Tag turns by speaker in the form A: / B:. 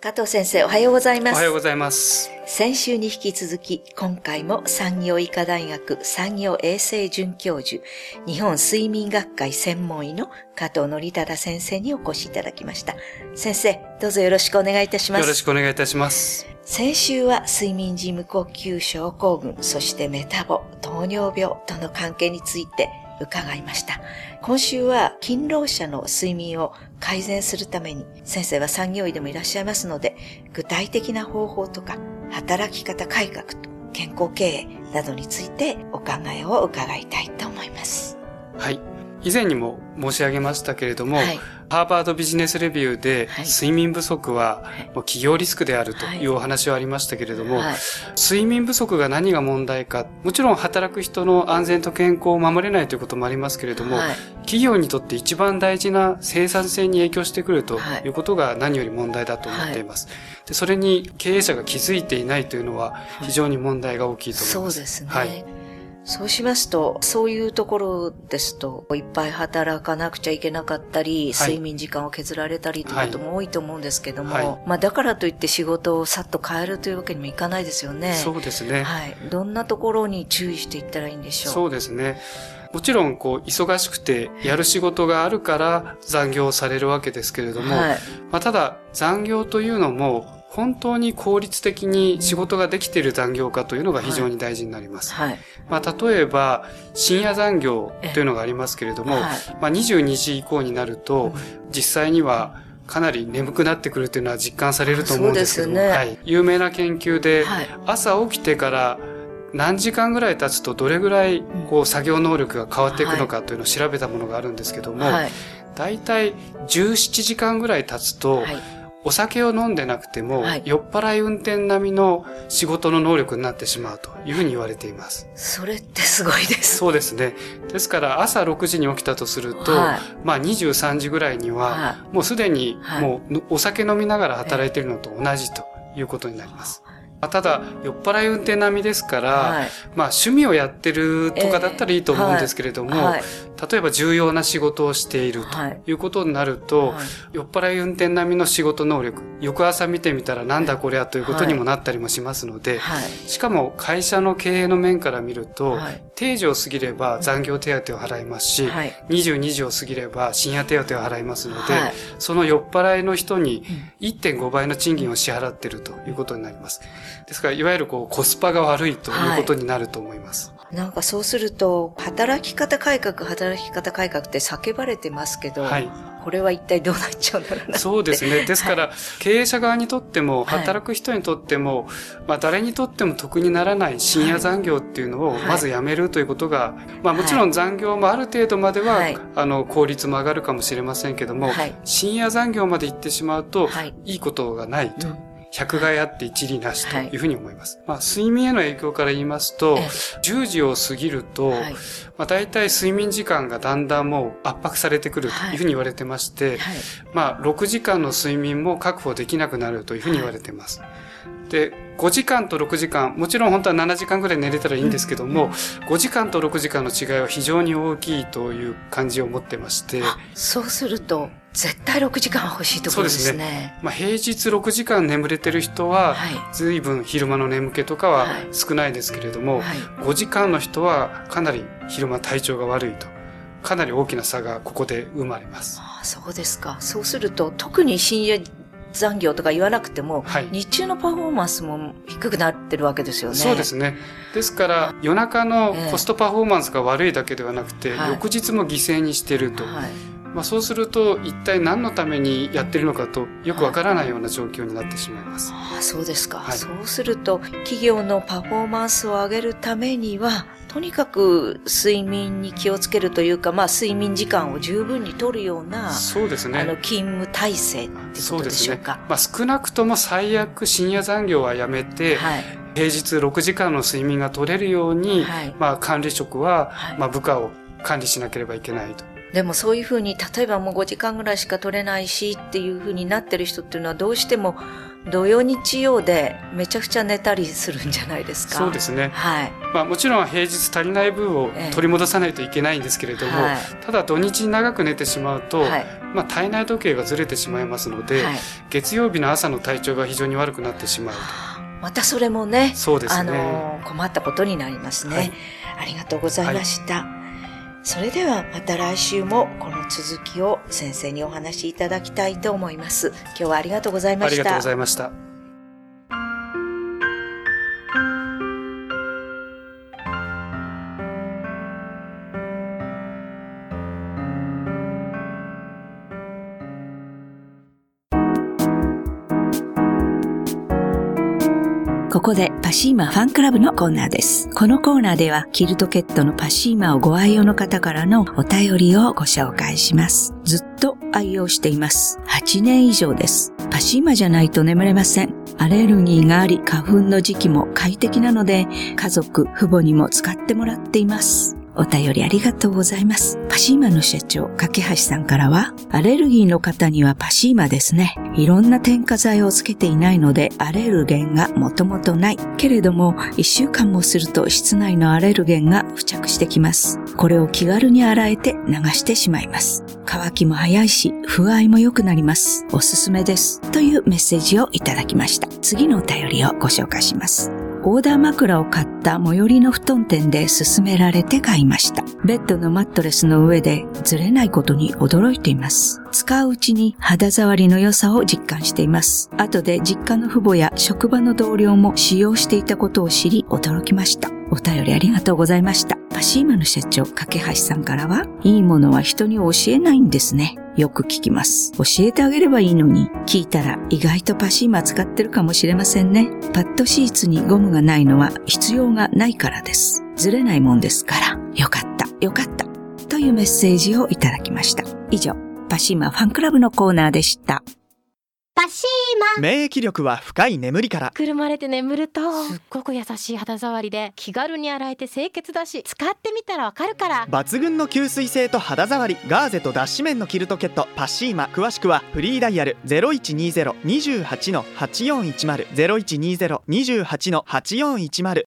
A: 加藤先生、おはようございます。
B: おはようございます。
A: 先週に引き続き、今回も産業医科大学産業衛生准教授、日本睡眠学会専門医の加藤則忠先生にお越しいただきました。先生、どうぞよろしくお願いいたします。
B: よろしくお願いいたします。
A: 先週は睡眠時無呼吸症候群、そしてメタボ、糖尿病との関係について伺いました。今週は勤労者の睡眠を改善するために、先生は産業医でもいらっしゃいますので、具体的な方法とか働き方改革と健康経営などについてお考えを伺いたいと思います。
B: はい。以前にも申し上げましたけれども、
A: はい、
B: ハーバードビジネスレビューで、睡眠不足は企業リスクであるというお話はありましたけれども、睡眠不足が何が問題か、もちろん働く人の安全と健康を守れないということもありますけれども、企業にとって一番大事な生産性に影響してくるということが何より問題だと思っています。で、それに経営者が気づいていないというのは非常に問題が大きいと思います。
A: そうですね。そうしますと、そういうところですと、いっぱい働かなくちゃいけなかったり、睡眠時間を削られたりということも多いと思うんですけども、だからといって仕事をさっと変えるというわけにもいかないですよね。
B: そうですね。
A: どんなところに注意していったらいいんでしょう。
B: そうですね。もちろん、忙しくてやる仕事があるから残業されるわけですけれども、ただ残業というのも、本当に効率的に仕事ができている残業かというのが非常に大事になります。例えば、深夜残業というのがありますけれども、22時以降になると、実際にはかなり眠くなってくるというのは実感されると思うんですけども、有名な研究で、朝起きてから何時間ぐらい経つとどれぐらい作業能力が変わっていくのかというのを調べたものがあるんですけども、だいたい17時間ぐらい経つと、お酒を飲んでなくても、酔っ払い運転並みの仕事の能力になってしまうというふうに言われています。
A: それってすごいです。
B: そうですね。ですから朝6時に起きたとすると、23時ぐらいには、もうすでにもうお酒飲みながら働いているのと同じということになります。ただ、酔っ払い運転並みですから、趣味をやってるとかだったらいいと思うんですけれども、例えば重要な仕事をしているということになると、酔っ払い運転並みの仕事能力、翌朝見てみたらなんだこりゃということにもなったりもしますので、しかも会社の経営の面から見ると、定時を過ぎれば残業手当を払いますし、22時を過ぎれば深夜手当を払いますので、その酔っ払いの人に 1.5 倍の賃金を支払っているということになります。ですから、いわゆるコスパが悪いということになると思います。
A: なんかそうすると、働き方改革って叫ばれてますけど、これは一体どうなっちゃうんだろうなって。
B: そうですね。ですから、経営者側にとっても、働く人にとっても、誰にとっても得にならない深夜残業っていうのをまずやめるということが、もちろん残業もある程度までは、効率も上がるかもしれませんけども、深夜残業まで行ってしまうと、いいことがないと。百害あって一利なしというふうに思います。睡眠への影響から言いますと、10時を過ぎると、大体睡眠時間がだんだんもう圧迫されてくるというふうに言われてまして、6時間の睡眠も確保できなくなるというふうに言われています。で、5時間と6時間、もちろん本当は7時間ぐらい寝れたらいいんですけども、5時間と6時間の違いは非常に大きいという感じを持ってまして。
A: そうすると、絶対6時間欲しいところですね。そうですね。
B: 平日6時間眠れてる人は、随分昼間の眠気とかは少ないですけれども、5時間の人はかなり昼間体調が悪いと。かなり大きな差がここで生まれます。
A: そうですか。そうすると、特に深夜残業とか言わなくても、日中のパフォーマンスも低くなってるわけですよね。
B: そうですね。ですから、夜中のコストパフォーマンスが悪いだけではなくて、翌日も犠牲にしていると。そうすると、一体何のためにやってるのかと、よくわからないような状況になってしまいます。
A: そうですか。そうすると、企業のパフォーマンスを上げるためには、とにかく睡眠に気をつけるというか、睡眠時間を十分に取るような、そうですね。勤務体制ってことでしょうか。
B: 少なくとも最悪深夜残業はやめて、平日6時間の睡眠が取れるように、管理職は、部下を管理しなければいけないと。
A: でもそういうふうに、例えばもう5時間ぐらいしか取れないしっていうふうになってる人っていうのはどうしても土曜日曜でめちゃくちゃ寝たりするんじゃないですか。
B: そうですね。
A: はい。
B: もちろん平日足りない分を取り戻さないといけないんですけれども、ただ土日に長く寝てしまうと、体内時計がずれてしまいますので、月曜日の朝の体調が非常に悪くなってしまう。
A: またそれもね、
B: そうですね。
A: 困ったことになりますね。ありがとうございました。それではまた来週もこの続きを先生にお話しいただきたいと思います。今日はありがとうございました。
B: ありがとうございました。
A: ここでパシーマファンクラブのコーナーです。このコーナーではキルトケットのパシーマをご愛用の方からのお便りをご紹介します。ずっと愛用しています。8年以上です。パシーマじゃないと眠れません。アレルギーがあり、花粉の時期も快適なので、家族、父母にも使ってもらっています。お便りありがとうございます。パシーマの社長、架橋さんからは、アレルギーの方にはパシーマですね。いろんな添加剤をつけていないので、アレルゲンがもともとない。けれども、1週間もすると室内のアレルゲンが付着してきます。これを気軽に洗えて流してしまいます。乾きも早いし、風合いも良くなります。おすすめです。というメッセージをいただきました。次のお便りをご紹介します。オーダー枕を買った最寄りの布団店で勧められて買いました。ベッドのマットレスの上でずれないことに驚いています。使ううちに肌触りの良さを実感しています。後で実家の父母や職場の同僚も使用していたことを知り驚きました。お便りありがとうございました。パシーマの社長、架橋さんからは、いいものは人に教えないんですね。よく聞きます。教えてあげればいいのに、聞いたら意外とパシーマ使ってるかもしれませんね。パッドシーツにゴムがないのは必要がないからです。ずれないもんですから。よかった、よかった。というメッセージをいただきました。以上、パシーマファンクラブのコーナーでした。
C: パシーマ。
D: 免疫力は深い眠りから。
C: くるまれて眠るとすっごく優しい肌触りで気軽に洗えて清潔だし、使ってみたらわかるから。
D: 抜群の吸水性と肌触り、ガーゼと脱脂綿のキルトケットパシーマ。詳しくはフリーダイヤル 0120-28-8410 0120-28-8410